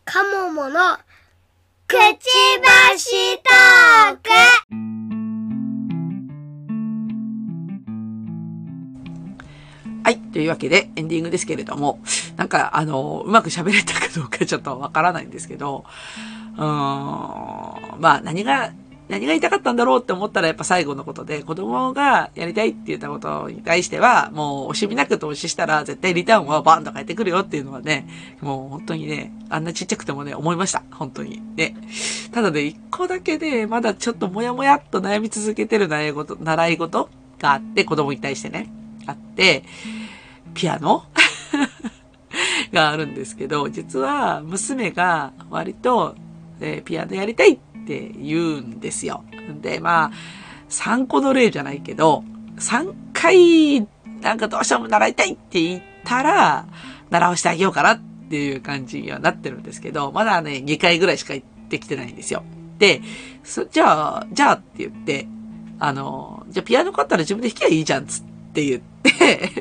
カモモのくちばしトーク。 はい。というわけで、エンディングですけれども、なんか、うまく喋れたかどうかちょっとわからないんですけど、まあ、何が言いたかったんだろうって思ったらやっぱ最後のことで、子供がやりたいって言ったことに対しては、もう惜しみなく投資したら絶対リターンはバンと返ってくるよっていうのはね、もう本当にね、あんなちっちゃくてもね、思いました。本当に。ね。ただね、一個だけで、まだちょっともやもやっと悩み続けてる習い事があって、子供に対してね、あって、ピアノがあるんですけど、実は娘が割と、ピアノやりたいって言うんですよ。で、まあ、3個の例じゃないけど、3回、なんかどうしても習いたいって言ったら、習わしてあげようかなっていう感じにはなってるんですけど、まだね、2回ぐらいしか行ってきてないんですよ。で、じゃあって言って、じゃあピアノ買ったら自分で弾きゃいいじゃんつって言って、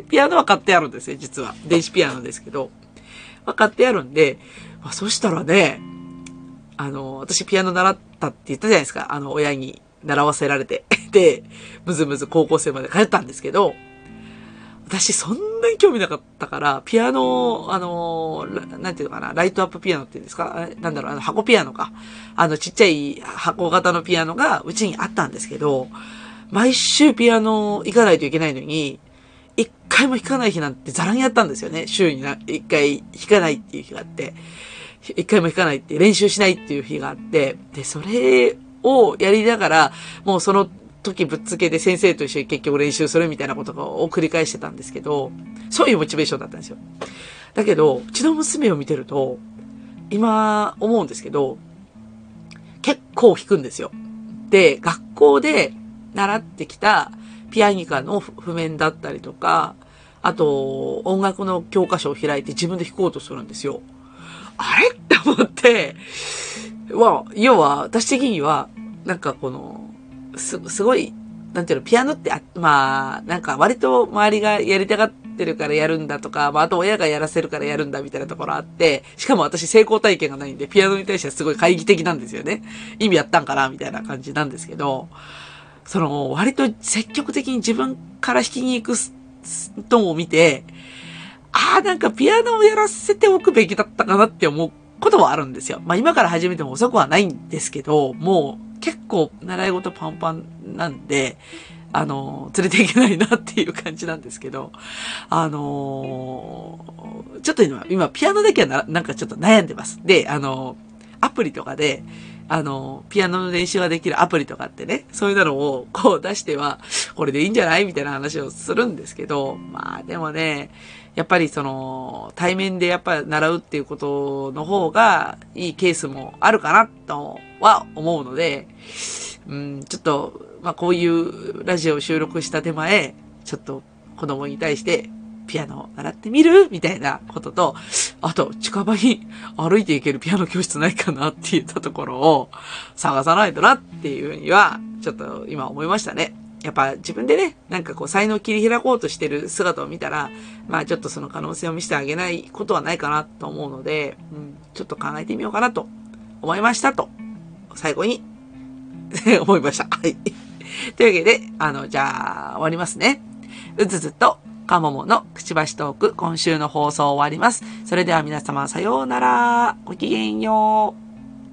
ピアノは買ってあるんですよ、実は。電子ピアノですけど。買ってあるんで、そしたらね、私ピアノ習ったって言ったじゃないですか。親に習わせられて。で、むずむず高校生まで通ったんですけど、私そんなに興味なかったから、ピアノ、なんていうのかな、ライトアップピアノっていうんですか、なんだろう、箱ピアノか。ちっちゃい箱型のピアノがうちにあったんですけど、毎週ピアノ行かないといけないのに、一回も弾かない日なんてザラにやったんですよね。週に一回弾かないっていう日があって、一回も弾かないって練習しないっていう日があって、で、それをやりながら、もうその時ぶっつけで先生と一緒に結局練習するみたいなことを繰り返してたんですけど、そういうモチベーションだったんですよ。だけど、うちの娘を見てると、今思うんですけど、結構弾くんですよ。で、学校で習ってきたピアニカの譜面だったりとか、あと、音楽の教科書を開いて自分で弾こうとするんですよ。あれって思って、要は、私的には、なんかすごい、なんていうの、ピアノって、なんか割と周りがやりたがってるからやるんだとか、あと親がやらせるからやるんだみたいなところあって、しかも私成功体験がないんで、ピアノに対してはすごい懐疑的なんですよね。意味やったんかなみたいな感じなんですけど、割と積極的に自分から弾きに行く人を見て、なんかピアノをやらせておくべきだったかなって思うことはあるんですよ。今から始めても遅くはないんですけど、もう結構習い事パンパンなんで、連れていけないなっていう感じなんですけど、ちょっと今ピアノだけはなんかちょっと悩んでます。で、アプリとかで、ピアノの練習ができるアプリとかってね、そういうのを出しては、これでいいんじゃないみたいな話をするんですけど、でもね、やっぱり対面でやっぱり習うっていうことの方がいいケースもあるかなとは思うので、ちょっと、こういうラジオを収録した手前、ちょっと子供に対して、ピアノを習ってみるみたいなことと、あと、近場に歩いていけるピアノ教室ないかなって言ったところを探さないとなっていうふうには、ちょっと今思いましたね。やっぱ自分でね、なんか才能を切り開こうとしてる姿を見たら、ちょっとその可能性を見せてあげないことはないかなと思うので、ちょっと考えてみようかなと思いましたと、最後に思いました。はい。というわけで、じゃあ、終わりますね。うずずと、かもものくちばしトーク、今週の放送終わります。それでは皆様、さようなら。ごきげんよう。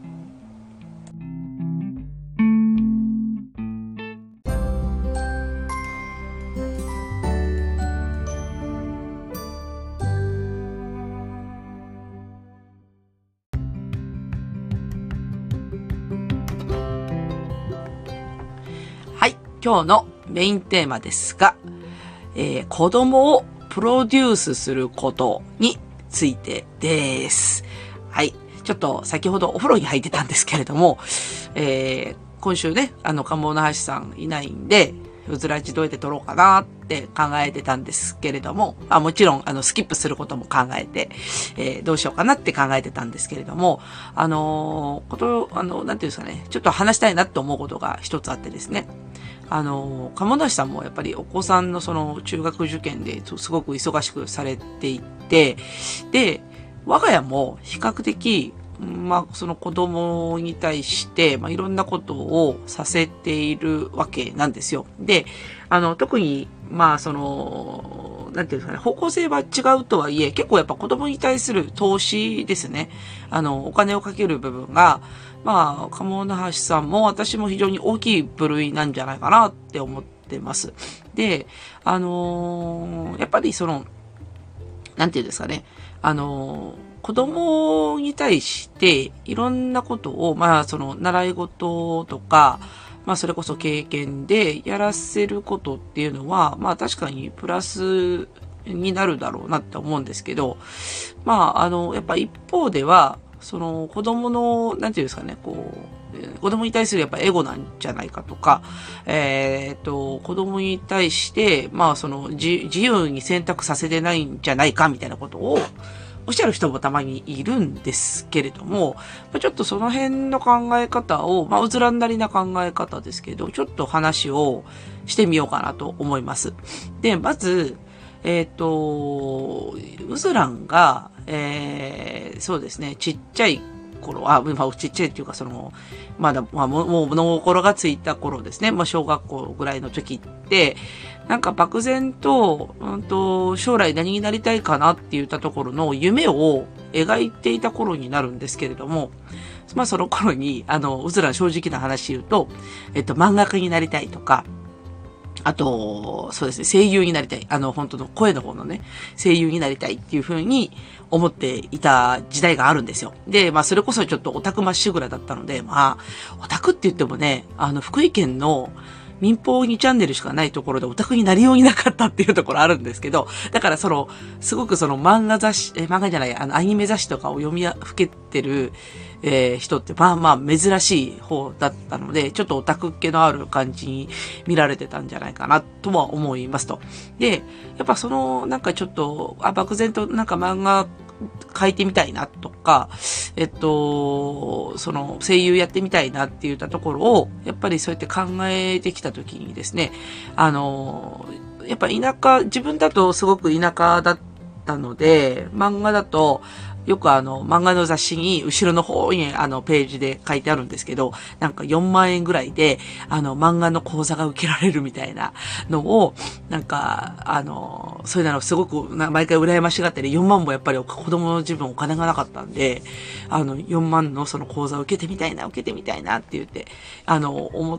はい、今日のメインテーマですが、子供をプロデュースすることについてです。はい。ちょっと先ほどお風呂に入ってたんですけれども、今週ね、かもなはしさんいないんで、うずらじどうやって撮ろうかなって考えてたんですけれども、もちろん、スキップすることも考えて、どうしようかなって考えてたんですけれども、なんていうんですかね、ちょっと話したいなって思うことが一つあってですね、鴨梨さんもやっぱりお子さんの中学受験ですごく忙しくされていて、で、我が家も比較的まあ、その子供に対して、まあ、いろんなことをさせているわけなんですよ。で、特に、まあ、なんていうんですかね、方向性は違うとはいえ、結構やっぱ子供に対する投資ですね。お金をかける部分が、まあ、鴨橋さんも私も非常に大きい部類なんじゃないかなって思ってます。で、やっぱりなんていうんですかね、子供に対していろんなことを、まあ、習い事とか、まあ、それこそ経験でやらせることっていうのは、まあ、確かにプラスになるだろうなって思うんですけど、まあ、やっぱ一方では、子供の、なんていうんですかね、子供に対するやっぱエゴなんじゃないかとか、子供に対して、まあ、自由に選択させてないんじゃないかみたいなことを、おっしゃる人もたまにいるんですけれども、ちょっとその辺の考え方を、まあ、うずらんだりな考え方ですけど、ちょっと話をしてみようかなと思います。で、まず、うずらんが、そうですね、ちっちゃい頃、まあ、ちっちゃいっていうか、まだ、まあ、もう物心がついた頃ですね。まあ、小学校ぐらいの時って、なんか漠然と、将来何になりたいかなって言ったところの夢を描いていた頃になるんですけれども、まあ、その頃に、うずら正直な話言うと、漫画家になりたいとか、あと、そうですね、声優になりたい。本当の声の方のね、声優になりたいっていう風に思っていた時代があるんですよ。で、まあ、それこそちょっとオタクまっしぐらだったので、まあ、オタクって言ってもね、福井県の民放2チャンネルしかないところでオタクになりようになかったっていうところあるんですけど、だからすごく漫画じゃない、アニメ雑誌とかを読みふけてる、人って、まあまあ珍しい方だったので、ちょっとオタクっ気のある感じに見られてたんじゃないかなとは思いますと。で、やっぱなんかちょっと、漠然となんか漫画書いてみたいなとか、声優やってみたいなって言ったところを、やっぱりそうやって考えてきたときにですね、やっぱ自分だとすごく田舎だったので、漫画だと、よく漫画の雑誌に後ろの方にページで書いてあるんですけど、なんか4万円ぐらいで漫画の講座が受けられるみたいなのを、なんかそういうのすごく毎回羨ましがってね、4万もやっぱり子供の自分お金がなかったんで、4万のその講座を受けてみたいなって言って、思って、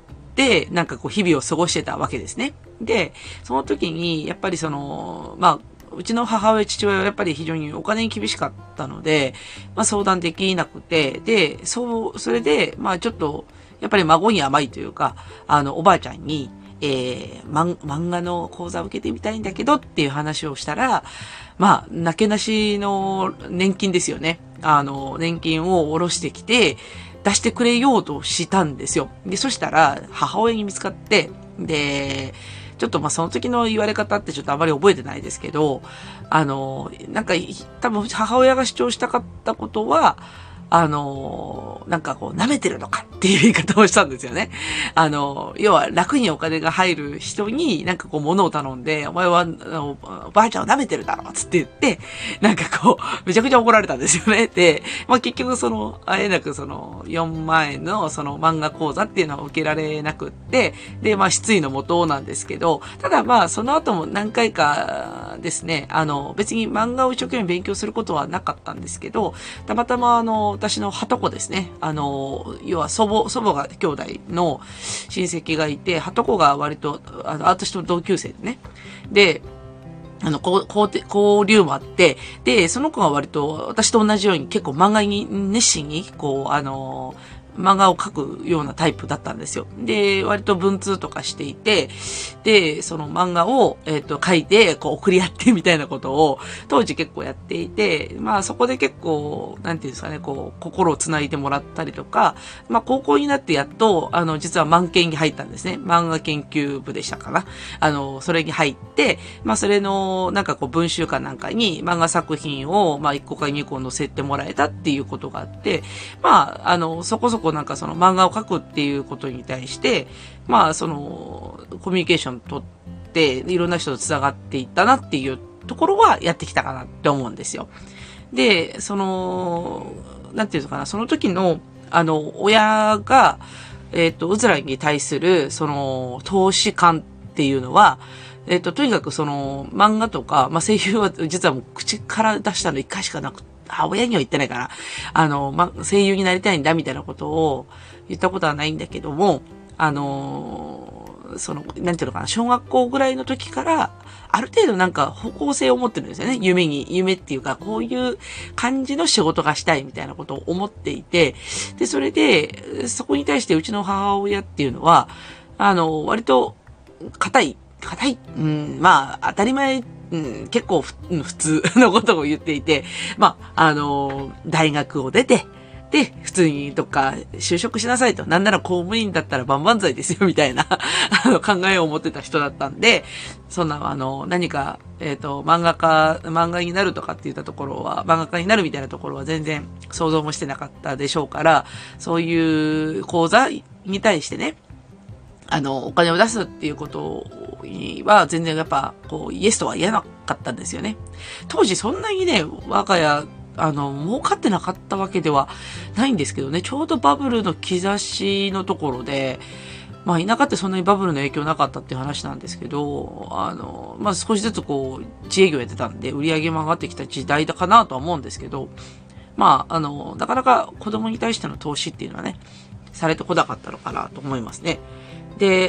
なんか日々を過ごしてたわけですね。で、その時に、やっぱりまあ、うちの母親、父親はやっぱり非常にお金に厳しかったので、まあ相談できなくて、で、それで、まあちょっと、やっぱり孫に甘いというか、おばあちゃんに、漫画の講座を受けてみたいんだけどっていう話をしたら、まあ、なけなしの年金ですよね。年金を下ろしてきて、出してくれようとしたんですよ。で、そしたら、母親に見つかって、で、ちょっとまあその時の言われ方ってちょっとあまり覚えてないですけど、なんか多分母親が主張したかったことは、なんか舐めてるのかっていう言い方をしたんですよね。要は楽にお金が入る人になんか物を頼んで、お前は、おばあちゃんを舐めてるだろつって言って、なんかめちゃくちゃ怒られたんですよね。で、まあ結局あえなく4万円の漫画講座っていうのは受けられなくって、で、まあ失意のもとなんですけど、ただまあその後も何回かですね、別に漫画を一生懸命勉強することはなかったんですけど、たまたま私のはとこですね。要は祖母が兄弟の親戚がいて、はとこが割と、私と同級生でね。で、交流もあって、で、その子が割と私と同じように結構漫画に熱心に、漫画を描くようなタイプだったんですよ。で、割と文通とかしていて、で、その漫画を、書いて、送り合ってみたいなことを、当時結構やっていて、まあそこで結構、なんていうんですかね、心を繋いでもらったりとか、まあ高校になってやっと、実は漫研に入ったんですね。漫画研究部でしたかな。それに入って、まあそれの、なんか文集かなんかに漫画作品を、まあ1個か2個載せてもらえたっていうことがあって、まあ、そこそこなんか漫画を描くっていうことに対して、まあコミュニケーション取って、いろんな人と繋がっていったなっていうところはやってきたかなって思うんですよ。で、 なんていうのかな、その時の、親が、うずらに対する、投資感っていうのは、とにかく漫画とか、まあ、声優は実はもう口から出したの一回しかなく、親には言ってないから、声優になりたいんだみたいなことを言ったことはないんだけども、なんていうのかな、小学校ぐらいの時から、ある程度なんか方向性を持ってるんですよね。夢っていうか、こういう感じの仕事がしたいみたいなことを思っていて、で、それで、そこに対してうちの母親っていうのは、割と、硬い、まあ、当たり前、結構普通のことを言っていて、まあ、大学を出て、で、普通にどっか就職しなさいと。なんなら公務員だったら万々歳ですよ、みたいな考えを持ってた人だったんで、そんな、何か、漫画になるとかって言ったところは、漫画家になるみたいなところは全然想像もしてなかったでしょうから、そういう講座に対してね、お金を出すっていうことには全然やっぱ、イエスとは言えなかったんですよね。当時そんなにね、我が家、儲かってなかったわけではないんですけどね、ちょうどバブルの兆しのところで、まあ田舎ってそんなにバブルの影響なかったっていう話なんですけど、まあ少しずつ自営業やってたんで、売り上げも上がってきた時代だかなとは思うんですけど、まあ、なかなか子供に対しての投資っていうのはね、されてこなかったのかなと思いますね。で、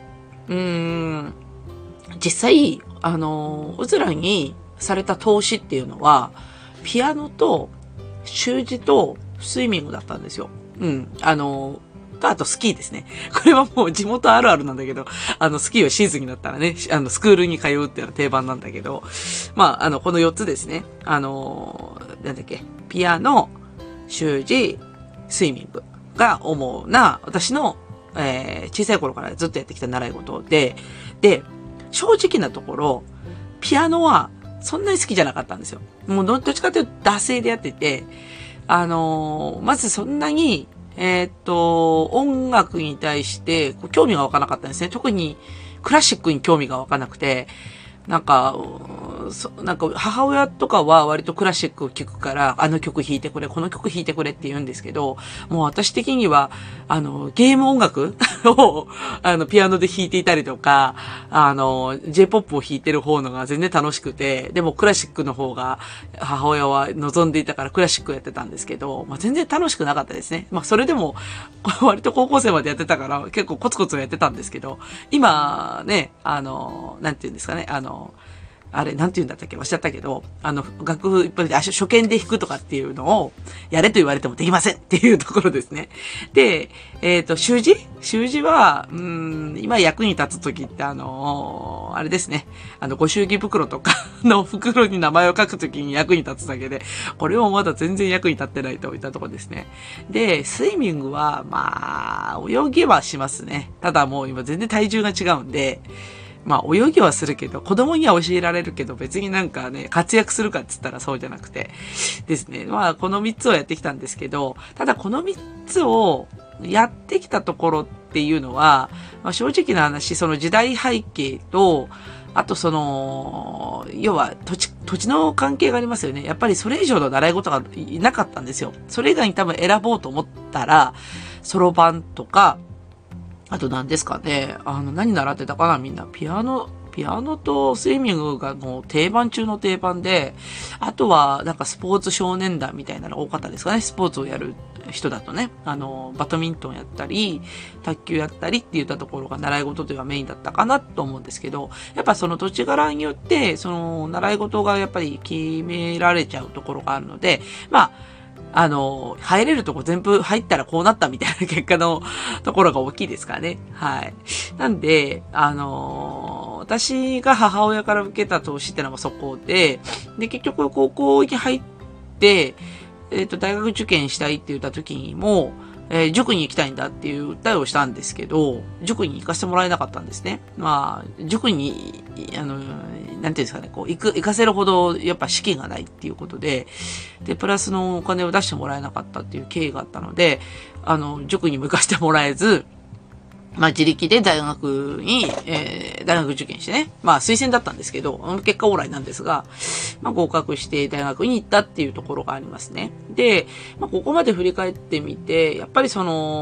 実際、うずらにされた投資っていうのは、ピアノと習字とスイミングだったんですよ。あとスキーですね。これはもう地元あるあるなんだけど、スキーはシーズンになったらね、スクールに通うっていうのは定番なんだけど、まあ、この4つですね。なんだっけ、ピアノ、習字、スイミングが主な、私の、小さい頃からずっとやってきた習い事で、正直なところ、ピアノはそんなに好きじゃなかったんですよ。もうどっちかというと惰性でやってて、まずそんなに、音楽に対して興味が湧かなかったんですね。特にクラシックに興味が湧かなくて、なんか母親とかは割とクラシックを聴くから、あの曲弾いてくれ、この曲弾いてくれって言うんですけど、もう私的には、ゲーム音楽を、ピアノで弾いていたりとか、J-POP を弾いてる方のが全然楽しくて、でもクラシックの方が母親は望んでいたからクラシックやってたんですけど、まあ、全然楽しくなかったですね。まあ、それでも、割と高校生までやってたから結構コツコツやってたんですけど、今ね、なんて言うんですかね、あれ、なんて言うんだったっけ忘れちゃったけど、楽譜いっぱいで、初見で弾くとかっていうのを、やれと言われてもできませんっていうところですね。で、習字は、今役に立つときってあれですね。ご祝儀袋とかの袋に名前を書くときに役に立つだけで、これもまだ全然役に立ってないといったところですね。で、スイミングは、まあ、泳ぎはしますね。ただもう今全然体重が違うんで、まあ、泳ぎはするけど、子供には教えられるけど、別になんかね、活躍するかって言ったらそうじゃなくて。ですね。まあ、この3つをやってきたんですけど、ただこの3つをやってきたところっていうのは、まあ、正直な話、その時代背景と、あと要は土地の関係がありますよね。やっぱりそれ以上の習い事がいなかったんですよ。それ以外に多分選ぼうと思ったら、そろばんとか、あと何ですかね。何習ってたかなみんな。ピアノとスイミングがもう定番中の定番で、あとはなんかスポーツ少年団みたいなのが多かったですかね。スポーツをやる人だとね。バドミントンやったり、卓球やったりって言ったところが習い事というかメインだったかなと思うんですけど、やっぱその土地柄によって、その習い事がやっぱり決められちゃうところがあるので、まあ、入れるとこ全部入ったらこうなったみたいな結果のところが大きいですからね。はい。なんで、私が母親から受けた投資ってのはそこで、結局高校に入って、大学受験したいって言った時にも、塾に行きたいんだっていう訴えをしたんですけど、塾に行かせてもらえなかったんですね。まあ、塾に、なんていうんですかね、行かせるほど、やっぱ資金がないっていうことで、プラスのお金を出してもらえなかったっていう経緯があったので、塾にも行かせてもらえず、 まあ自力で大学に、大学受験してね。まあ推薦だったんですけど、結果オーライなんですが、まあ合格して大学に行ったっていうところがありますね。で、まあここまで振り返ってみて、やっぱり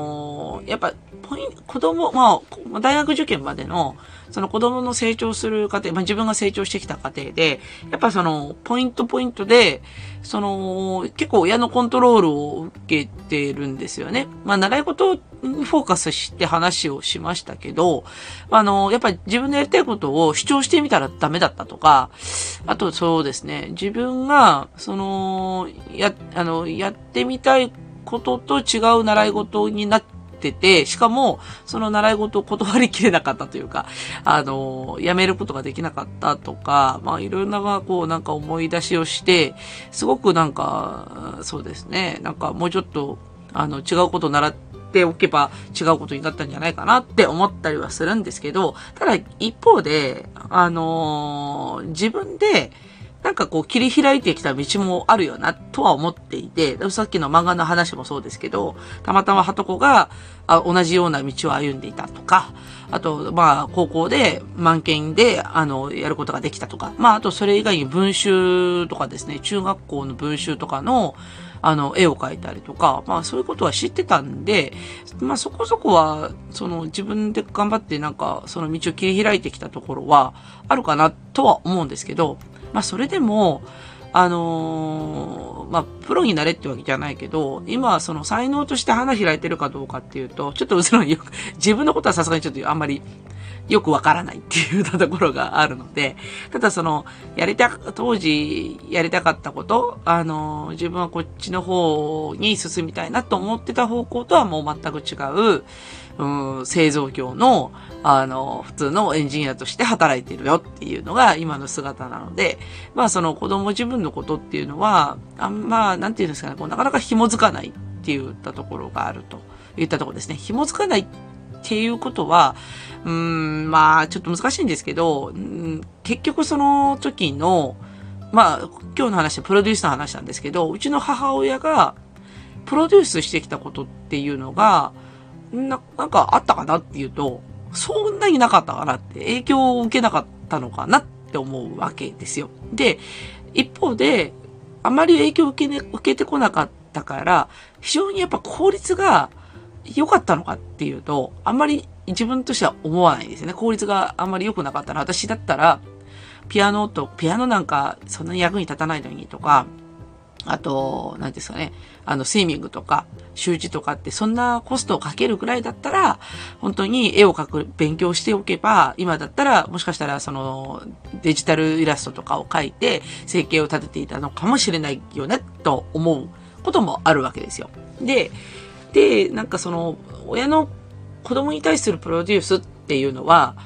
子供、まあ大学受験までの、その子供の成長する過程、まあ自分が成長してきた過程で、やっぱポイントで、結構親のコントロールを受けてるんですよね。まあ習い事にフォーカスして話をしましたけど、やっぱり自分のやりたいことを主張してみたらダメだったとか、あとそうですね、自分が、やってみたいことと違う習い事になってて、しかも、その習い事を断りきれなかったというか、やめることができなかったとか、まあ、いろんな、なんか思い出しをして、すごくなんか、そうですね、なんかもうちょっと、違うことを習っておけば違うことになったんじゃないかなって思ったりはするんですけど、ただ一方で、自分で、なんか切り開いてきた道もあるよな、とは思っていて、さっきの漫画の話もそうですけど、たまたまハトコが同じような道を歩んでいたとか、あと、まあ、高校で満研で、やることができたとか、まあ、あとそれ以外に文集とかですね、中学校の文集とかの、絵を描いたりとか、まあそういうことは知ってたんで、まあそこそこは、自分で頑張ってなんか、その道を切り開いてきたところは、あるかなとは思うんですけど、まあそれでも、まあ、プロになれってわけじゃないけど、今、才能として花開いてるかどうかっていうと、ちょっと自分のことはさすがにちょっとあんまりよくわからないっていうところがあるので、ただ当時やりたかったこと、自分はこっちの方に進みたいなと思ってた方向とはもう全く違う、製造業の、普通のエンジニアとして働いてるよっていうのが今の姿なので、まあ子供自分のことっていうのは、なんていうんですかね、なかなか紐づかないって言ったところがあると言ったところですね。紐づかないっていうことは、まあちょっと難しいんですけど、結局その時の、まあ今日の話はプロデュースの話なんですけど、うちの母親がプロデュースしてきたことっていうのが、なんかあったかなっていうと、そんなになかったかなって、影響を受けなかったのかなって思うわけですよ。で、一方で、あまり影響を受けてこなかったから、非常にやっぱ効率が良かったのかっていうと、あんまり自分としては思わないですよね。効率があんまり良くなかったな。私だったら、ピアノなんかそんなに役に立たないのにとか、あと、何ですかね、スイミングとか、習字とかってそんなコストをかけるくらいだったら、本当に絵を描く勉強しておけば、今だったら、もしかしたらデジタルイラストとかを描いて、生計を立てていたのかもしれないよね、と思うこともあるわけですよ。で、なんか親の子供に対するプロデュースっていうのは、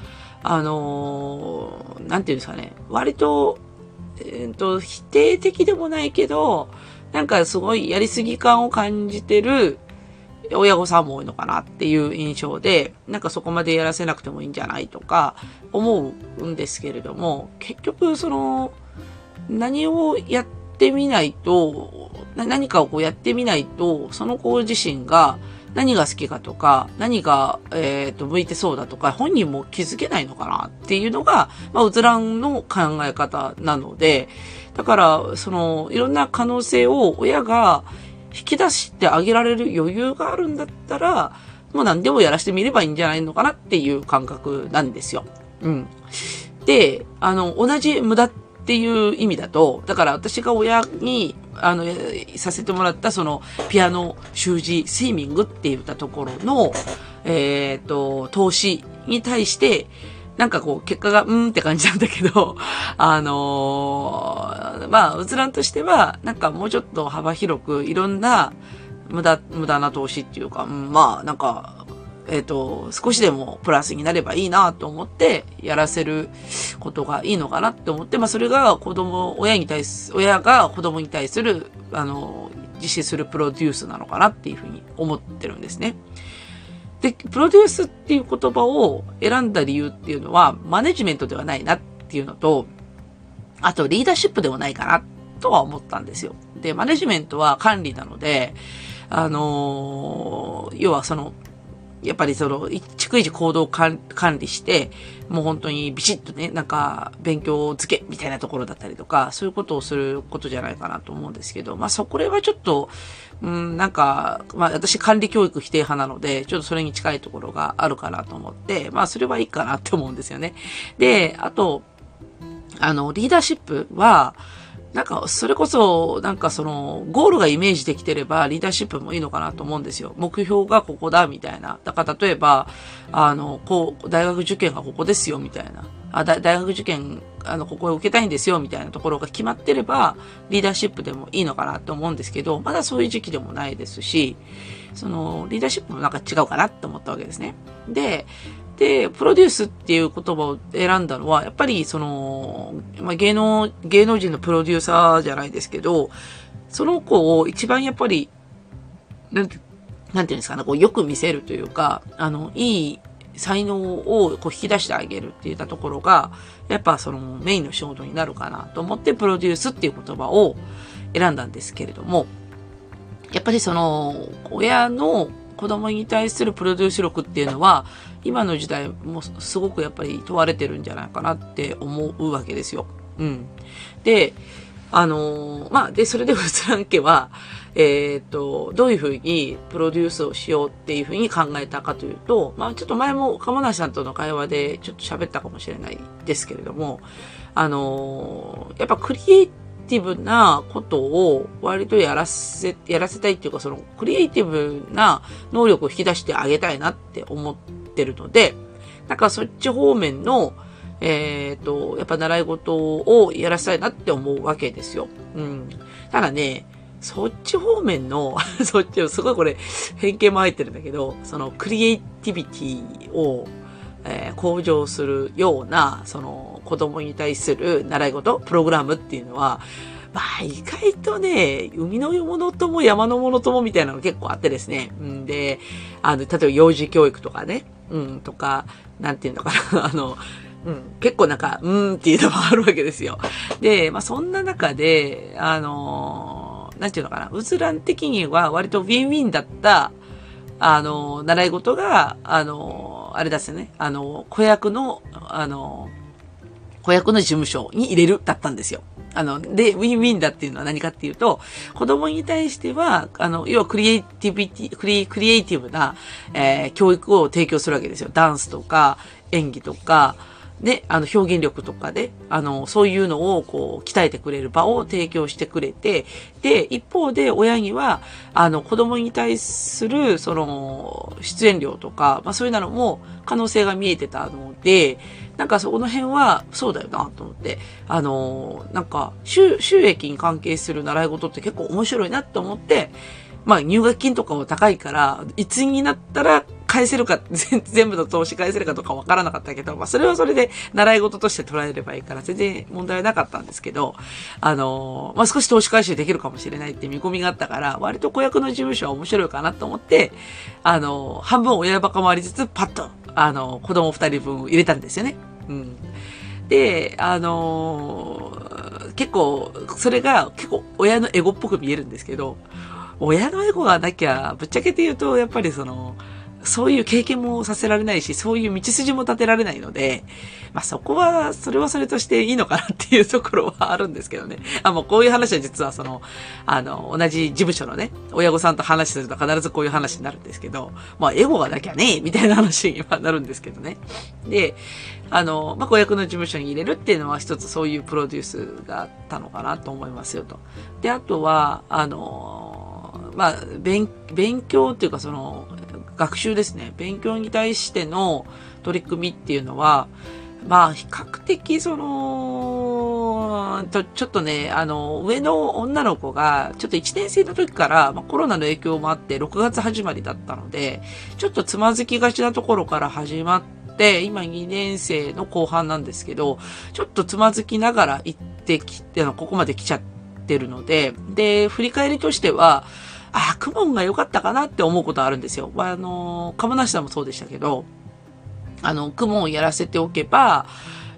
なんていうんですかね、割と、否定的でもないけど、なんかすごいやりすぎ感を感じてる親御さんも多いのかなっていう印象で、なんかそこまでやらせなくてもいいんじゃないとか思うんですけれども、結局何をやってみないと、何かをやってみないと、その子自身が何が好きかとか、何が、向いてそうだとか、本人も気づけないのかなっていうのが、まあ、うつらんの考え方なので、だから、いろんな可能性を親が引き出してあげられる余裕があるんだったら、もう何でもやらせてみればいいんじゃないのかなっていう感覚なんですよ。うん。で、同じ無駄っていう意味だと、だから私が親に、させてもらったピアノ、習字、スイミングって言ったところの、投資に対して、なんか結果が、って感じなんだけど、まあ、うつらんとしては、なんかもうちょっと幅広く、いろんな無駄な投資っていうか、まあ、なんか、少しでもプラスになればいいなと思ってやらせることがいいのかなって思って、まあそれが親が子供に対する、実施するプロデュースなのかなっていうふうに思ってるんですね。で、プロデュースっていう言葉を選んだ理由っていうのは、マネジメントではないなっていうのと、あとリーダーシップでもないかなとは思ったんですよ。で、マネジメントは管理なので、要はやっぱり逐一行動を管理して、もう本当にビシッとね、なんか、勉強付けみたいなところだったりとか、そういうことをすることじゃないかなと思うんですけど、まあ、これはちょっと、なんか、まあ、私管理教育否定派なので、ちょっとそれに近いところがあるかなと思って、まあ、それはいいかなって思うんですよね。で、あと、リーダーシップは、なんか、それこそ、なんかゴールがイメージできてれば、リーダーシップもいいのかなと思うんですよ。目標がここだ、みたいな。だから、例えば、大学受験がここですよ、みたいな。大学受験、ここを受けたいんですよ、みたいなところが決まってれば、リーダーシップでもいいのかなと思うんですけど、まだそういう時期でもないですし、リーダーシップもなんか違うかなと思ったわけですね。で、プロデュースっていう言葉を選んだのは、やっぱりまあ、芸能人のプロデューサーじゃないですけど、その子を一番やっぱり、なんていうんですかね、よく見せるというか、いい才能を引き出してあげるっていったところが、やっぱメインの仕事になるかなと思ってプロデュースっていう言葉を選んだんですけれども、やっぱり親の子供に対するプロデュース力っていうのは、今の時代もすごくやっぱり問われてるんじゃないかなって思うわけですよ。うん。で、まあ、それで仏蘭家は、どういうふうにプロデュースをしようっていうふうに考えたかというと、まあ、ちょっと前も鴨梨さんとの会話でちょっと喋ったかもしれないですけれども、やっぱクリエイティブなことを割とやらせたいっていうか、クリエイティブな能力を引き出してあげたいなって思ってるので、なんかそっち方面の、やっぱ習い事をやらせたいなって思うわけですよ。うん。ただね、そっち方面のすごいこれ、偏見も入ってるんだけど、クリエイティビティを、向上するような、子供に対する習い事、プログラムっていうのは、まあ、意外とね、海のものとも山のものともみたいなのが結構あってですね。で、例えば幼児教育とかね、とか、なんていうのかな、結構なんか、っていうのもあるわけですよ。で、まあ、そんな中で、なんていうのかな、うずらん的には割とウィンウィンだった、習い事が、あれですよね、子役の事務所に入れるだったんですよ。で、ウィンウィンだっていうのは何かっていうと、子供に対しては、要はクリエイティブな、教育を提供するわけですよ。ダンスとか、演技とか、ね、表現力とかで、そういうのを、鍛えてくれる場を提供してくれて、で、一方で親には、子供に対する、出演料とか、まあそういうのも可能性が見えてたので、なんかそこの辺は、そうだよな、と思って、なんか、収益に関係する習い事って結構面白いなと思って、まあ入学金とかも高いから、いつになったら返せるか、全部の投資返せるかとかわからなかったけど、まあそれはそれで習い事として捉えればいいから全然問題なかったんですけど、まあ少し投資回収できるかもしれないって見込みがあったから、割と子役の事務所は面白いかなと思って、半分親バカもありつつ、パッと、子供2人分入れたんですよね。うん。で、結構、それが結構親のエゴっぽく見えるんですけど、親のエゴがなきゃ、ぶっちゃけて言うと、やっぱりそういう経験もさせられないし、そういう道筋も立てられないので、まあそこは、それはそれとしていいのかなっていうところはあるんですけどね。もうこういう話は実は同じ事務所のね、親御さんと話すると必ずこういう話になるんですけど、まあエゴがなきゃね、みたいな話にはなるんですけどね。で、まあ子役の事務所に入れるっていうのは一つそういうプロデュースがあったのかなと思いますよと。で、あとは、まあ、勉強っていうか学習ですね。勉強に対しての取り組みっていうのは、まあ、比較的ちょっとね、上の女の子が、ちょっと1年生の時から、まあ、コロナの影響もあって、6月始まりだったので、ちょっとつまずきがちなところから始まって、今2年生の後半なんですけど、ちょっとつまずきながら行ってきて、ここまで来ちゃってるので、で、振り返りとしては、クモンが良かったかなって思うことあるんですよ。鴨梨さんもそうでしたけど、クモンをやらせておけば、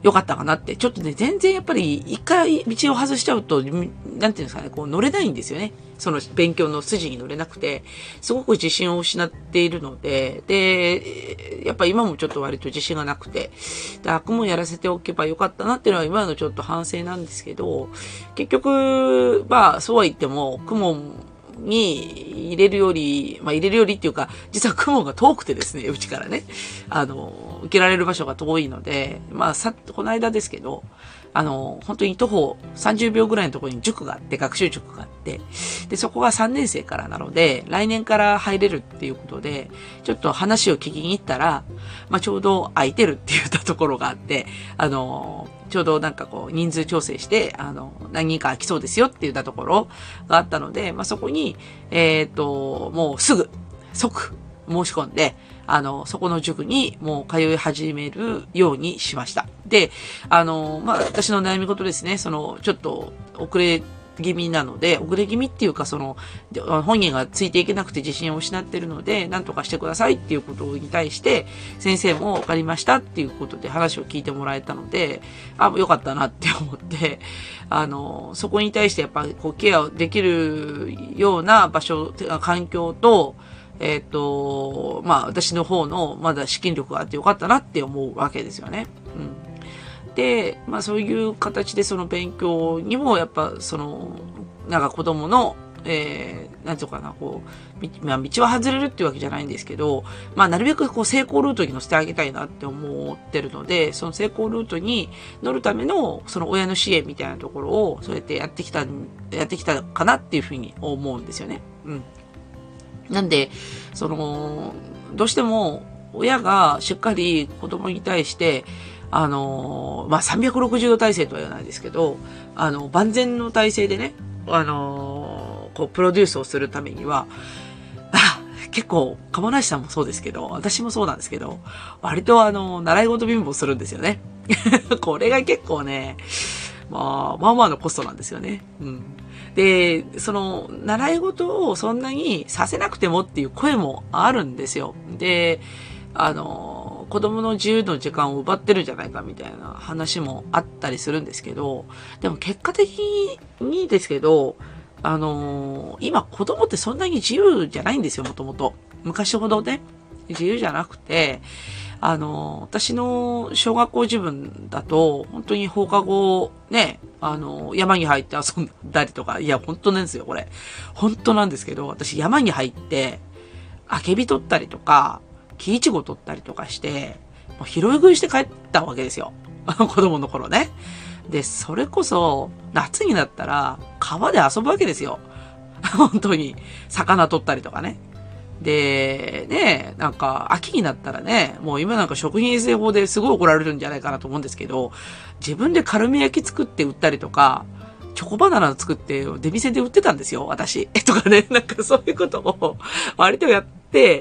良かったかなって。ちょっとね、全然やっぱり一回道を外しちゃうと、なんていうんですかね、こう乗れないんですよね。その勉強の筋に乗れなくて、すごく自信を失っているので、で、やっぱ今もちょっと割と自信がなくて、で、悪夢やらせておけばよかったなっていうのは今のちょっと反省なんですけど、結局、まあ、そうは言っても、雲に入れるより、まあ入れるよりっていうか、実は雲が遠くてですね、うちからね、受けられる場所が遠いので、まあこの間ですけど、本当に徒歩30秒ぐらいのところに塾があって、学習塾があって、で、そこが3年生からなので、来年から入れるっていうことで、ちょっと話を聞きに行ったら、まあちょうど空いてるって言ったところがあって、ちょうどなんかこう人数調整して、何人か空きそうですよって言ったところがあったので、まあそこに、もう即申し込んで、そこの塾にもう通い始めるようにしました。で、まあ、私の悩み事ですね、ちょっと遅れ気味なので、遅れ気味っていうか、本人がついていけなくて自信を失ってるので、なんとかしてくださいっていうことに対して、先生も分かりましたっていうことで話を聞いてもらえたので、よかったなって思って、そこに対してやっぱりこうケアできるような場所、環境と、まあ、私の方のまだ資金力があってよかったなって思うわけですよね。うん。で、まあそういう形でその勉強にもやっぱなんか子供の、なんていうかな、こう、まあ道は外れるっていうわけじゃないんですけど、まあなるべくこう成功ルートに乗せてあげたいなって思ってるので、その成功ルートに乗るためのその親の支援みたいなところをそうやってやってきたかなっていうふうに思うんですよね。うん。なんで、どうしても親がしっかり子供に対して、まあ、360度体制とは言わないですけど、万全の体制でね、こう、プロデュースをするためには、結構、鴨梨さんもそうですけど、私もそうなんですけど、割と習い事貧乏するんですよね。これが結構ね、まあのコストなんですよね。うん。で、習い事をそんなにさせなくてもっていう声もあるんですよ。で、子供の自由の時間を奪ってるんじゃないかみたいな話もあったりするんですけど、でも結果的にですけど、今子供ってそんなに自由じゃないんですよ、もともと。昔ほどね、自由じゃなくて、私の小学校自分だと、本当に放課後、ね、山に入って遊んだりとか、いや、本当なんですよ、これ。本当なんですけど、私山に入って、あけび取ったりとか、木いちご取ったりとかして、もう拾い食いして帰ったわけですよ。子供の頃ね。で、それこそ、夏になったら、川で遊ぶわけですよ。本当に。魚取ったりとかね。で、ね、なんか、秋になったらね、もう今なんか食品衛生法ですごい怒られるんじゃないかなと思うんですけど、自分でカルメ焼き作って売ったりとか、チョコバナナ作って出店で売ってたんですよ、私。とかね、なんかそういうことを割とやって、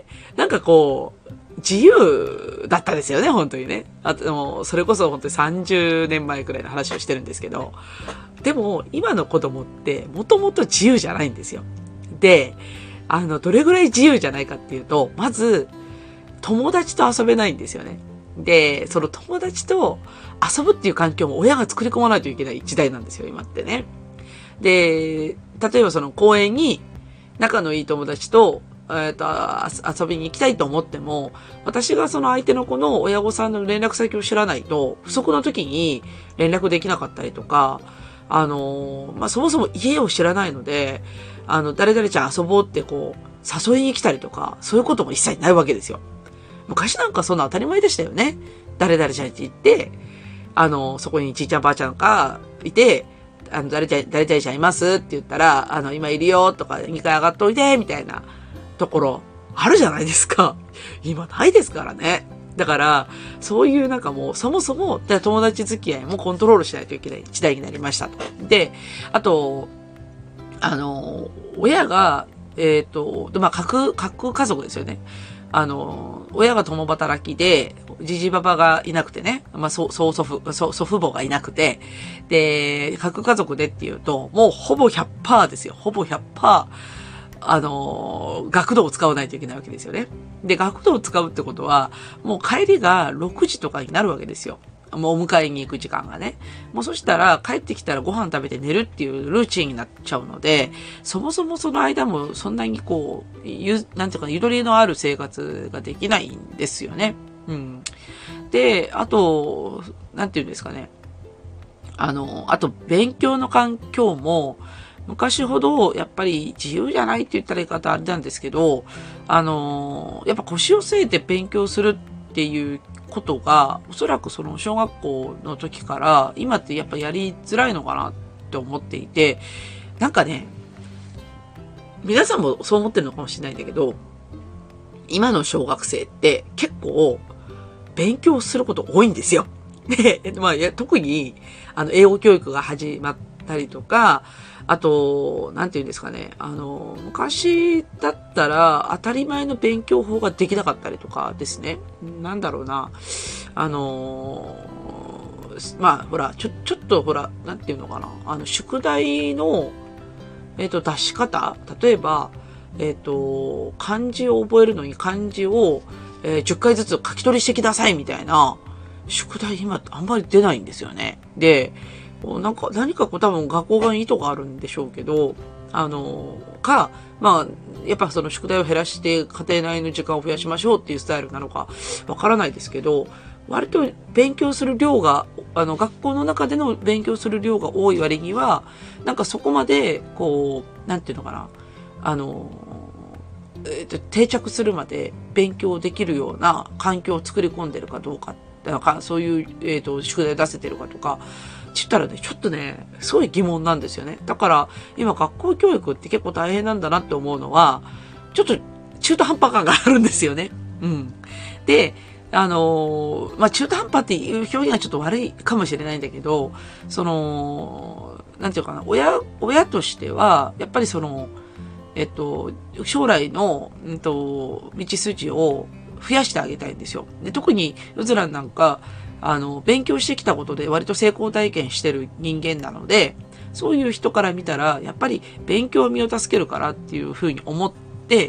なんかこう、自由だったですよね、本当にね。もう、それこそ本当に30年前くらいの話をしてるんですけど。でも、今の子供って、もともと自由じゃないんですよ。で、どれぐらい自由じゃないかっていうと、まず、友達と遊べないんですよね。で、その友達と遊ぶっていう環境も親が作り込まないといけない時代なんですよ、今ってね。で、例えばその公園に仲のいい友達と、遊びに行きたいと思っても、私がその相手の子の親御さんの連絡先を知らないと、不測の時に連絡できなかったりとか、まあ、そもそも家を知らないので、誰々ちゃん遊ぼうってこう、誘いに来たりとか、そういうことも一切ないわけですよ。昔なんかそんな当たり前でしたよね。誰々ちゃんって言って、そこにちいちゃんばあちゃんがいて、誰々ちゃんいますって言ったら、今いるよとか、2階上がっといて、みたいなところ、あるじゃないですか。今ないですからね。だから、そういうなんかもう、そもそも、友達付き合いもコントロールしないといけない時代になりましたと。で、あと、親が、まあ、各家族ですよね。親が共働きで、じじばばがいなくてね、まあ、祖父母がいなくて、で、各家族でっていうと、もうほぼ 100% ですよ。ほぼ 100%、学童を使わないといけないわけですよね。で、学童を使うってことは、もう帰りが6時とかになるわけですよ。 もうお迎えに行く時間がね。もうそしたら帰ってきたらご飯食べて寝るっていうルーチンになっちゃうので、そもそもその間もそんなにこう、なんていうか、ゆとりのある生活ができないんですよね。うん。で、あと、なんていうんですかね。あと勉強の環境も、昔ほど、やっぱり自由じゃないって言ったら言い方あれなんですけど、やっぱ腰を据えて勉強するっていうことが、おそらくその小学校の時から、今ってやっぱやりづらいのかなって思っていて、なんかね、皆さんもそう思ってるのかもしれないんだけど、今の小学生って結構勉強すること多いんですよ。で、まあ、特に、英語教育が始まったりとか、あと、なんて言うんですかね。昔だったら当たり前の勉強法ができなかったりとかですね。なんだろうな。まあ、ほら、ちょっとほら、なんていうのかな。宿題の、出し方。例えば、漢字を覚えるのに漢字を、10回ずつ書き取りしてきなさいみたいな、宿題今あんまり出ないんですよね。で、何かこう多分学校側に意図があるんでしょうけど、まあ、やっぱその宿題を減らして家庭内の時間を増やしましょうっていうスタイルなのかわからないですけど、割と勉強する量が、学校の中での勉強する量が多い割には、なんかそこまで、こう、なんていうのかな、定着するまで勉強できるような環境を作り込んでるかどうか、そういう、宿題を出せてるかとか、言ったらね、ちょっとね、すごい疑問なんですよね。だから、今学校教育って結構大変なんだなって思うのは、ちょっと中途半端感があるんですよね。うん。で、まあ、中途半端っていう表現がちょっと悪いかもしれないんだけど、なんていうかな、親としては、やっぱり将来の、道筋を増やしてあげたいんですよ。で、特に、うずらなんか、勉強してきたことで割と成功体験してる人間なので、そういう人から見たら、やっぱり勉強は身を助けるからっていうふうに思って、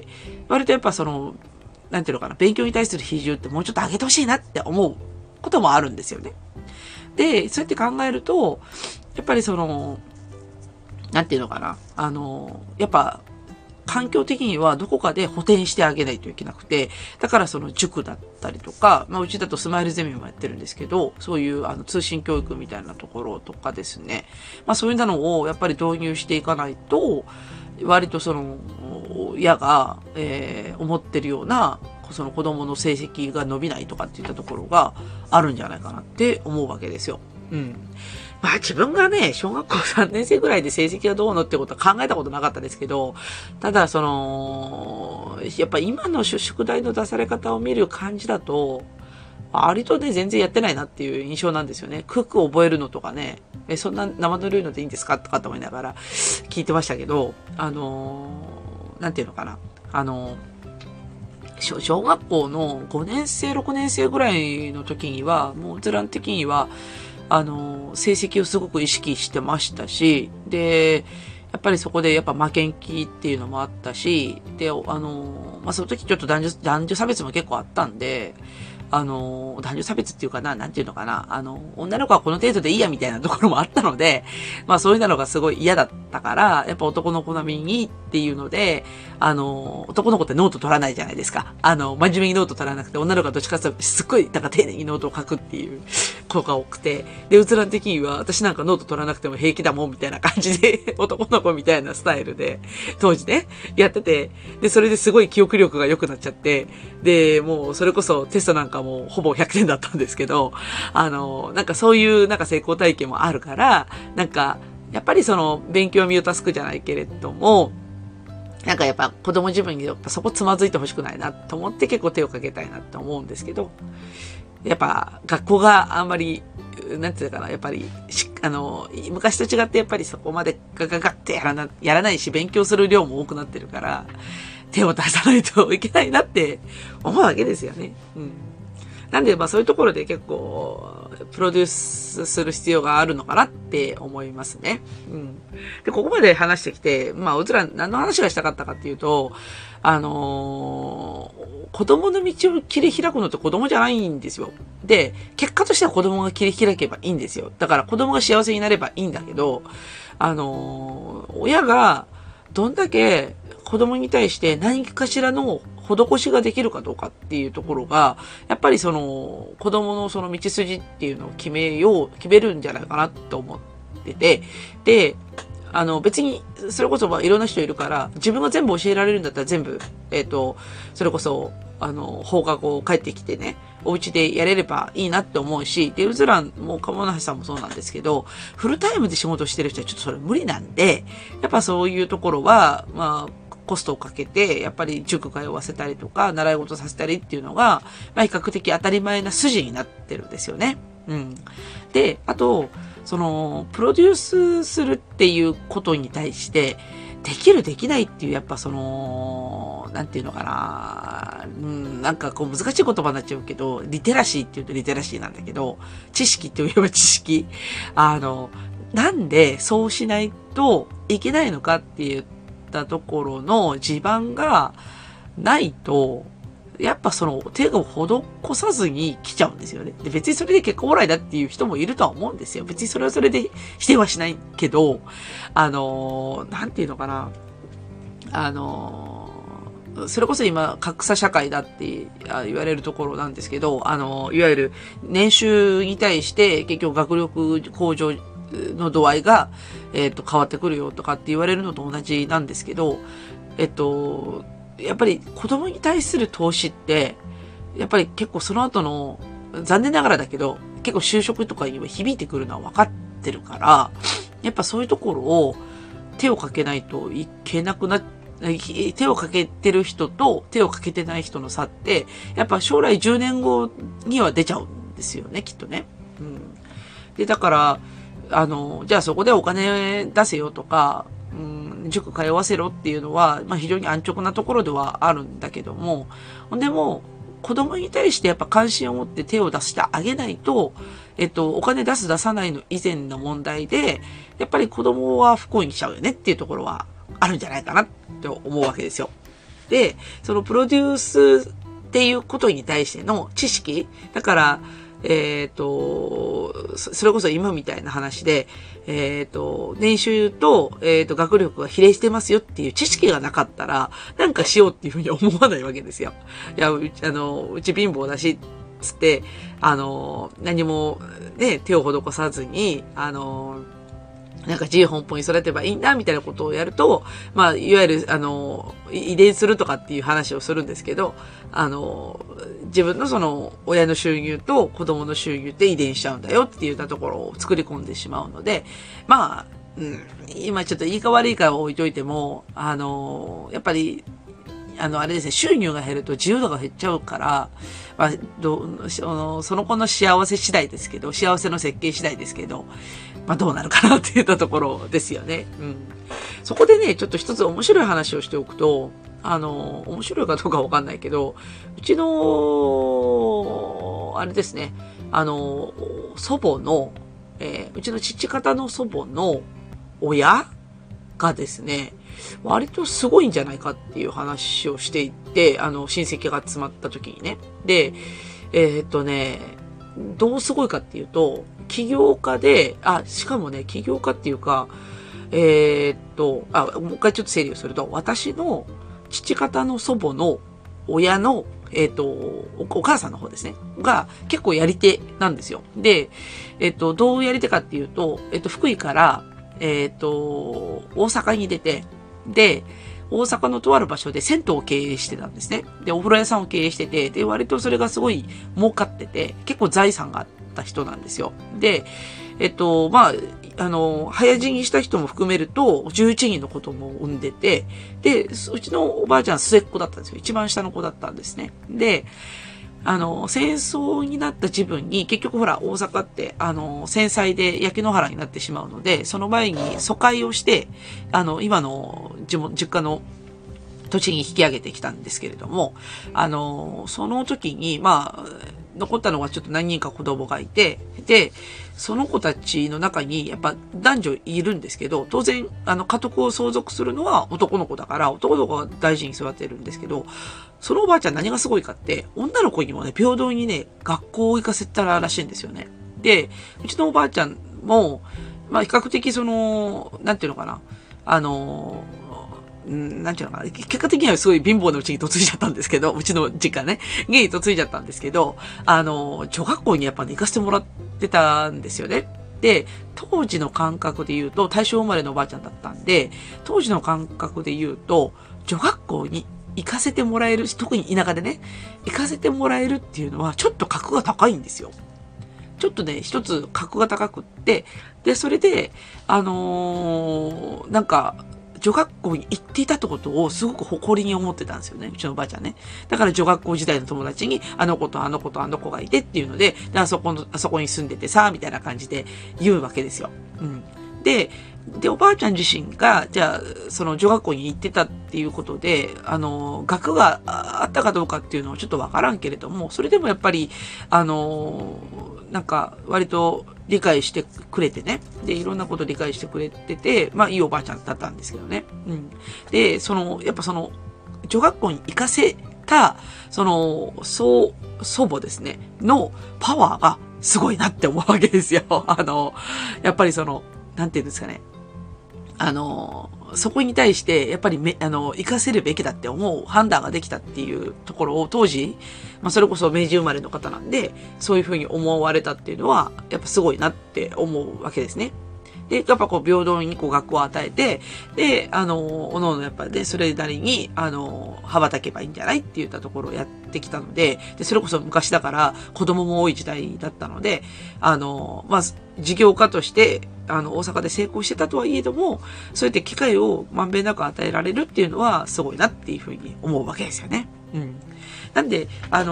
割とやっぱなんていうのかな、勉強に対する比重ってもうちょっと上げてほしいなって思うこともあるんですよね。で、そうやって考えると、やっぱりなんていうのかな、やっぱ、環境的にはどこかで補填してあげないといけなくて、だから塾だったりとか、まあうちだとスマイルゼミもやってるんですけど、そういう通信教育みたいなところとかですね。まあそういうのをやっぱり導入していかないと、割と親が、思ってるような、子供の成績が伸びないとかっていったところがあるんじゃないかなって思うわけですよ。うん。まあ自分がね、小学校3年生ぐらいで成績がどうのってことは考えたことなかったですけど、ただやっぱ今の宿題の出され方を見る感じだと、割とね、全然やってないなっていう印象なんですよね。九九覚えるのとかね、そんな生ぬるいのでいいんですかとかと思いながら聞いてましたけど、なんていうのかな。小学校の5年生、6年生ぐらいの時には、もう図覧的には、成績をすごく意識してましたし、で、やっぱりそこでやっぱ負けん気っていうのもあったし、で、まあ、その時ちょっと男女差別も結構あったんで、男女差別っていうかな、なんていうのかな、女の子はこの程度でいいやみたいなところもあったので、まあそういうのがすごい嫌だったから、やっぱ男の子並みにっていうので、男の子ってノート取らないじゃないですか。真面目にノート取らなくて、女の子はどっちかっていうとすっごい、なんか丁寧にノートを書くっていう子が多くて、で、うつらん的には、私なんかノート取らなくても平気だもんみたいな感じで、男の子みたいなスタイルで、当時ね、やってて、で、それですごい記憶力が良くなっちゃって、で、もうそれこそテストなんかもほぼ100点だったんですけど、なんかそういうなんか成功体験もあるから、なんか、やっぱり勉強は身を助くじゃないけれども、なんかやっぱ子供自分にやっぱそこつまずいてほしくないなと思って結構手をかけたいなって思うんですけど、やっぱ学校があんまり、なんていうかな、やっぱり、昔と違ってやっぱりそこまでガガガってやらないし、勉強する量も多くなってるから、手を出さないといけないなって思うわけですよね。うん。 なんで、まあそういうところで結構、プロデュースする必要があるのかなって思いますね。うん。で、ここまで話してきて、まあ、うちら何の話がしたかったかっていうと、子供の道を切り開くのって子供じゃないんですよ。で、結果としては子供が切り開けばいいんですよ。だから子供が幸せになればいいんだけど、親がどんだけ子供に対して何かしらの施しができるかどうかっていうところが、やっぱりその子供のその道筋っていうのを決めるんじゃないかなと思ってて、で、別に、それこそいろんな人いるから、自分が全部教えられるんだったら全部、それこそ、放課後帰ってきてね、お家でやれればいいなって思うし、で、うずらんも鴨梨さんもそうなんですけど、フルタイムで仕事してる人はちょっとそれ無理なんで、やっぱそういうところは、まあ、コストをかけて、やっぱり塾通わせたりとか、習い事させたりっていうのが、まあ比較的当たり前な筋になってるんですよね。うん。で、あと、その、プロデュースするっていうことに対して、できるできないっていう、やっぱその、なんていうのかな、なんかこう難しい言葉になっちゃうけど、リテラシーって言うとリテラシーなんだけど、知識って言えば知識。なんでそうしないといけないのかって言ったところの地盤がないと、やっぱその手を施さずに来ちゃうんですよね。で、別にそれで結果オーライだっていう人もいるとは思うんですよ。別にそれはそれで否定はしないけど、なんていうのかな。それこそ今、格差社会だって言われるところなんですけど、いわゆる年収に対して結局学力向上の度合いが、変わってくるよとかって言われるのと同じなんですけど、やっぱり子供に対する投資って、やっぱり結構その後の、残念ながらだけど、結構就職とかには響いてくるのは分かってるから、やっぱそういうところを手をかけないといけなくなっ手をかけてる人と手をかけてない人の差って、やっぱ将来10年後には出ちゃうんですよね、きっとね。うん。で、だから、じゃあそこでお金出せよとか、塾通わせろっていうのは、まあ非常に安直なところではあるんだけども、でも、子供に対してやっぱ関心を持って手を出してあげないと、お金出す出さないの以前の問題で、やっぱり子供は不幸にしちゃうよねっていうところはあるんじゃないかなって思うわけですよ。で、そのプロデュースっていうことに対しての知識、だから、それこそ今みたいな話で、年収と、学力が比例してますよっていう知識がなかったら、なんかしようっていうふうに思わないわけですよ。いや、うち貧乏だし、つって、何もね、手を施さずに、なんか自由奔放に育てばいいんだ、みたいなことをやると、まあ、いわゆる、遺伝するとかっていう話をするんですけど、自分のその、親の収入と子供の収入って遺伝しちゃうんだよっていうようなところを作り込んでしまうので、まあ、今ちょっと言いか悪いか置いといても、やっぱり、あれですね、収入が減ると自由度が減っちゃうから、まあ、その子の幸せ次第ですけど、幸せの設計次第ですけど、まあどうなるかなって言ったところですよね。うん。そこでね、ちょっと一つ面白い話をしておくと、面白いかどうかわかんないけど、うちの、あれですね、祖母の、うちの父方の祖母の親がですね、割とすごいんじゃないかっていう話をしていて、親戚が集まった時にね。で、どうすごいかっていうと、起業家で、しかもね、起業家っていうか、もう一回ちょっと整理をすると、私の父方の祖母の親の、お母さんの方ですね。が結構やり手なんですよ。で、どうやり手かっていうと、福井から、大阪に出て、で、大阪のとある場所で銭湯を経営してたんですね。で、お風呂屋さんを経営してて、で、割とそれがすごい儲かってて、結構財産があった人なんですよ。で、まあ、早死にした人も含めると、11人の子供を産んでて、で、うちのおばあちゃん末っ子だったんですよ。一番下の子だったんですね。で、戦争になった自分に、結局ほら、大阪って、戦災で焼け野原になってしまうので、その前に疎開をして、今の実家の土地に引き上げてきたんですけれども、その時に、まあ、 残ったのがちょっと何人か子供がいて、で、その子たちの中にやっぱ男女いるんですけど、当然、家督を相続するのは男の子だから、男の子が大事に育てるんですけど、そのおばあちゃん何がすごいかって、女の子にもね、平等にね、学校を行かせたらしいんですよね。で、うちのおばあちゃんも、まあ比較的なんていうのかな、なんていうのかな。結果的にはすごい貧乏なうちに嫁いじゃったんですけど、うちの実家ね。家に嫁いじゃったんですけど、女学校にやっぱね、行かせてもらってたんですよね。で、当時の感覚で言うと、大正生まれのおばあちゃんだったんで、当時の感覚で言うと、女学校に行かせてもらえる、特に田舎でね、行かせてもらえるっていうのは、ちょっと格が高いんですよ。ちょっとね、一つ格が高くって、で、それで、なんか、女学校に行っていたってことをすごく誇りに思ってたんですよね。うちのおばあちゃんね。だから女学校時代の友達に、あの子とあの子とあの子がいてっていうので、あそこに住んでてさ、みたいな感じで言うわけですよ。うん。で、おばあちゃん自身が、じゃあ、その女学校に行ってたっていうことで、学があったかどうかっていうのはちょっとわからんけれども、それでもやっぱり、なんか、割と理解してくれてね。で、いろんなこと理解してくれてて、まあ、いいおばあちゃんだったんですけどね。うん。で、やっぱ女学校に行かせた、祖母ですね、のパワーがすごいなって思うわけですよ。やっぱりなんていうんですかね。そこに対して、やっぱり活かせるべきだって思う判断ができたっていうところを当時、まあそれこそ明治生まれの方なんで、そういうふうに思われたっていうのは、やっぱすごいなって思うわけですね。で、やっぱ平等に学を与えて、で、おのおのやっぱで、それなりに、羽ばたけばいいんじゃないって言ったところをやってきたので、で、それこそ昔だから子供も多い時代だったので、まあ、事業家として、大阪で成功してたとはいえども、そうやって機会をまんべんなく与えられるっていうのはすごいなっていうふうに思うわけですよね。うん。なんで、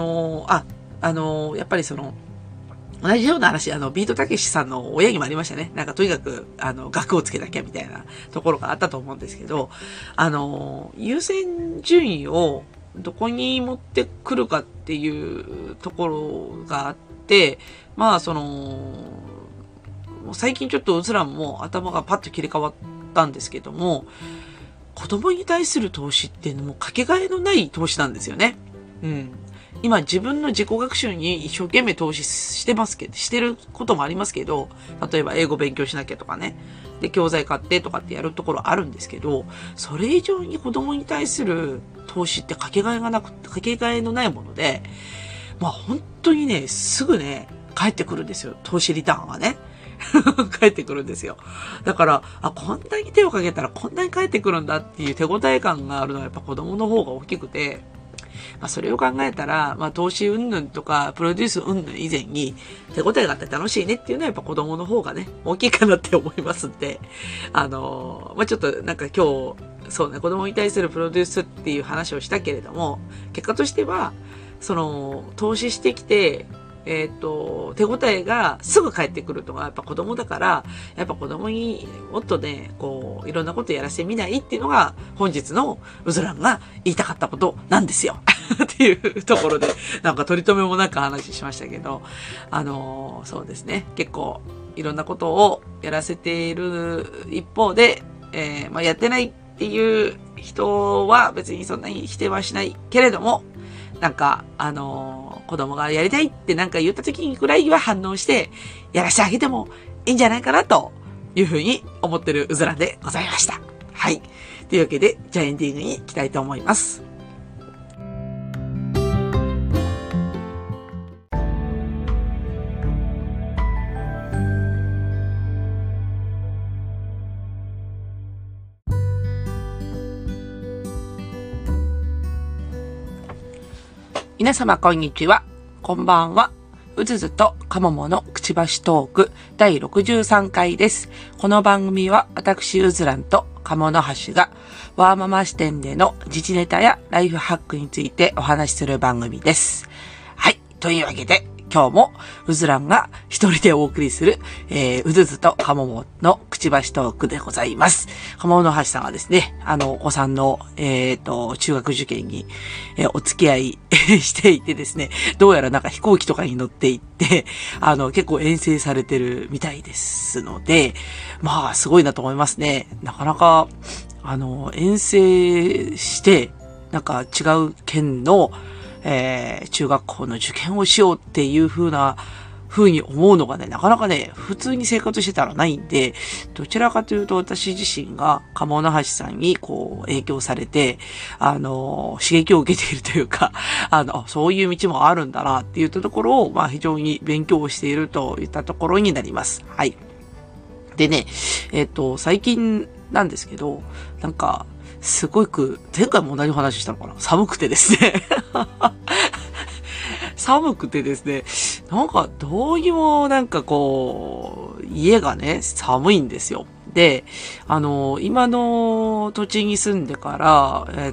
やっぱり同じような話、ビートたけしさんの親にもありましたね。なんかとにかく、学をつけなきゃみたいなところがあったと思うんですけど、優先順位をどこに持ってくるかっていうところがあって、まあ、最近ちょっとうずらんも頭がパッと切り替わったんですけども、子供に対する投資っていうのもかけがえのない投資なんですよね。うん。今自分の自己学習に一生懸命投資してることもありますけど、例えば英語勉強しなきゃとかね。で、教材買ってとかってやるところあるんですけど、それ以上に子供に対する投資ってかけがえのないもので、まあ本当にね、すぐね、返ってくるんですよ。投資リターンはね。返ってくるんですよ。だから、こんなに手をかけたらこんなに返ってくるんだっていう手応え感があるのはやっぱ子供の方が大きくて、まあそれを考えたら、まあ投資云々とかプロデュース云々以前に手応えがあって楽しいねっていうのはやっぱ子供の方がね、大きいかなって思いますんで、まあちょっとなんか今日、そうね、子供に対するプロデュースっていう話をしたけれども、結果としては、投資してきて、手応えがすぐ返ってくるのがやっぱ子供だから、やっぱ子供にもっとね、いろんなことやらせてみないっていうのが本日のうずらんが言いたかったことなんですよ。っていうところで、なんか取り留めもなく話しましたけど、そうですね。結構いろんなことをやらせている一方で、まあやってないっていう人は別にそんなに否定はしないけれども、なんか、子供がやりたいってなんか言った時にくらいは反応して、やらせてあげてもいいんじゃないかなというふうに思ってるうずらでございました。はい。というわけで、じゃあエンディングに行きたいと思います。皆様こんにちは。こんばんは。うずずとかもものくちばしトーク第63回です。この番組は私うずらんとかものはしがワーママ視点での時事ネタやライフハックについてお話しする番組です。はい。というわけで今日もうずらんが一人でお送りする、うずずとかもものくちばしトークでございます。かもものはしさんはですね、お子さんの、中学受験に、お付き合いしていてですね、どうやらなんか飛行機とかに乗っていって、結構遠征されてるみたいですので、まあ、すごいなと思いますね。なかなか、遠征して、なんか違う県の、中学校の受験をしようっていう風に思うのがね、なかなかね、普通に生活してたらないんで、どちらかというと私自身が鴨の橋さんにこう影響されて、刺激を受けているというか、そういう道もあるんだなっていったところを、まあ非常に勉強をしているといったところになります。はい。でね、最近なんですけど、なんか、すごく、前回も同じ話したのかな？寒くてですね。寒くてですね、なんかどうにもなんかこう、家がね、寒いんですよ。で、今の土地に住んでから、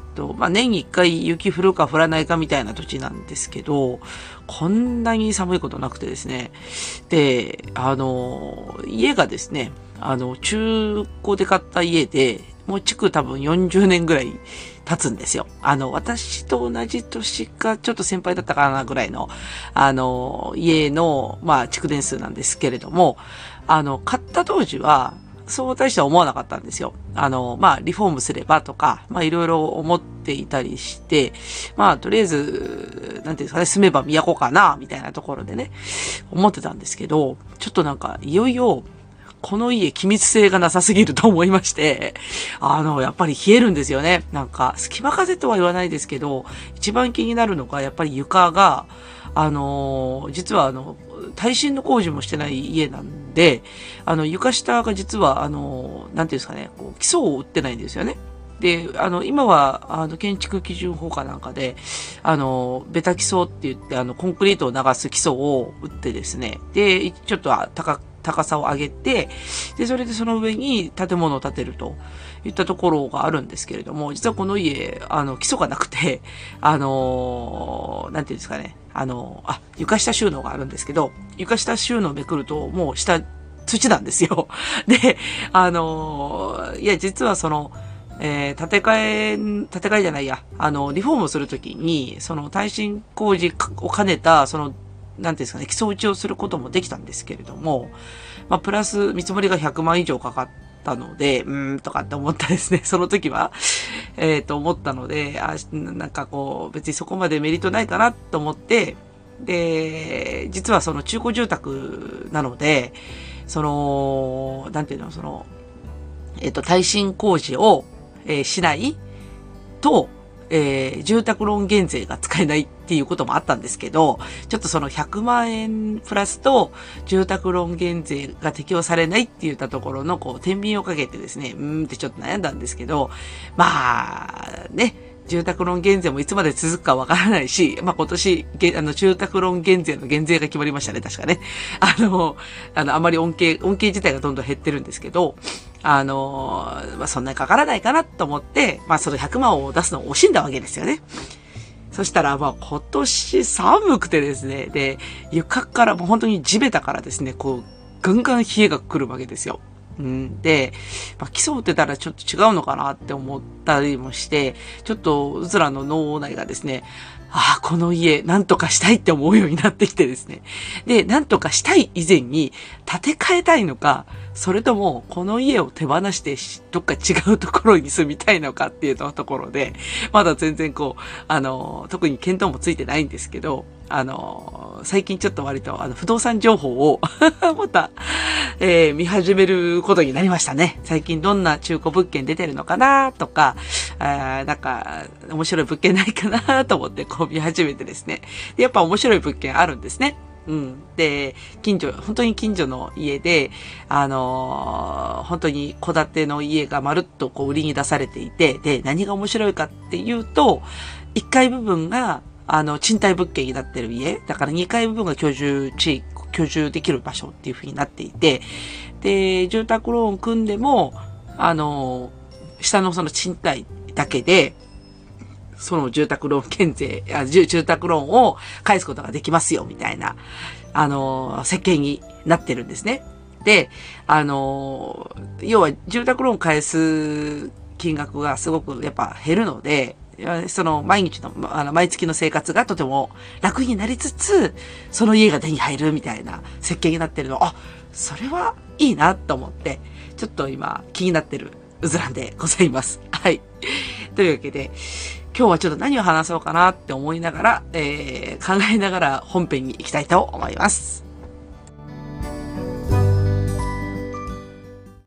まあ、年に一回雪降るか降らないかみたいな土地なんですけど、こんなに寒いことなくてですね。で、家がですね、中古で買った家で、もう築多分40年ぐらい経つんですよ。私と同じ年か、ちょっと先輩だったかなぐらいの、家の、まあ、築年数なんですけれども、買った当時は、そう大して思わなかったんですよ。まあ、リフォームすればとか、まあ、いろいろ思っていたりして、まあ、とりあえず、なんていうんですかね、住めば都かな、みたいなところでね、思ってたんですけど、ちょっとなんか、いよいよ、この家気密性がなさすぎると思いまして、やっぱり冷えるんですよね。なんか、隙間風とは言わないですけど、一番気になるのが、やっぱり床が、実は耐震の工事もしてない家なんで、床下が実は、なんていうんですかね、こう基礎を打ってないんですよね。で、今は、建築基準法かなんかで、ベタ基礎って言って、コンクリートを流す基礎を打ってですね、で、ちょっと高さを上げて、で、それでその上に建物を建てるといったところがあるんですけれども、実はこの家、基礎がなくて、なんていうんですかね、床下収納があるんですけど、床下収納めくると、もう下、土なんですよ。で、いや、実はその、建て替えじゃないや、リフォームするときに、その耐震工事を兼ねた、その、なんていうんですかね、基礎打ちをすることもできたんですけれども、まあ、プラス見積もりが100万以上かかったので、とかって思ったですね、その時は、思ったので、なんかこう、別にそこまでメリットないかなと思って、で、実はその中古住宅なので、その、なんていうの、その、耐震工事を、しないと、住宅ローン減税が使えないっていうこともあったんですけど、ちょっとその100万円プラスと住宅ローン減税が適用されないって言ったところのこう、天秤をかけてですね、ってちょっと悩んだんですけど、まあ、ね、住宅ローン減税もいつまで続くかわからないし、まあ、今年、住宅ローン減税の減税が決まりましたね、確かね。あまり恩恵自体がどんどん減ってるんですけど、まあ、そんなにかからないかなと思って、まあ、その100万を出すのを惜しんだわけですよね。そしたら、まあ、今年寒くてですね、で、床からもう本当に地べたからですね、こう、ガンガン冷えが来るわけですよ。で、まあ、基礎打ってたらちょっと違うのかなって思ったりもして、ちょっとうずらの脳内がですね、この家、なんとかしたいって思うようになってきてですね。で、なんとかしたい以前に、建て替えたいのか、それとも、この家を手放して、どっか違うところに住みたいのかっていうところで、まだ全然こう、特に見当もついてないんですけど、最近ちょっと割と、不動産情報をまた、見始めることになりましたね。最近どんな中古物件出てるのかなとか、なんか、面白い物件ないかなと思ってこう見始めてですね。で、やっぱ面白い物件あるんですね。で、本当に近所の家で、本当に戸建ての家がまるっとこう売りに出されていて、で、何が面白いかっていうと、1階部分が、賃貸物件になってる家。だから2階部分が居住できる場所っていう風になっていて、で、住宅ローン組んでも、下のその賃貸だけで、 その住宅ローン減税、住宅ローンを返すことができますよ、みたいな、設計になってるんですね。で、要は住宅ローン返す金額がすごくやっぱ減るので、その毎日の、毎月の生活がとても楽になりつつ、その家が手に入るみたいな設計になってるの。あ、それはいいなと思って、ちょっと今気になってるうずらんでございます。はい。というわけで、今日はちょっと何を話そうかなって思いながら、考えながら本編に行きたいと思います。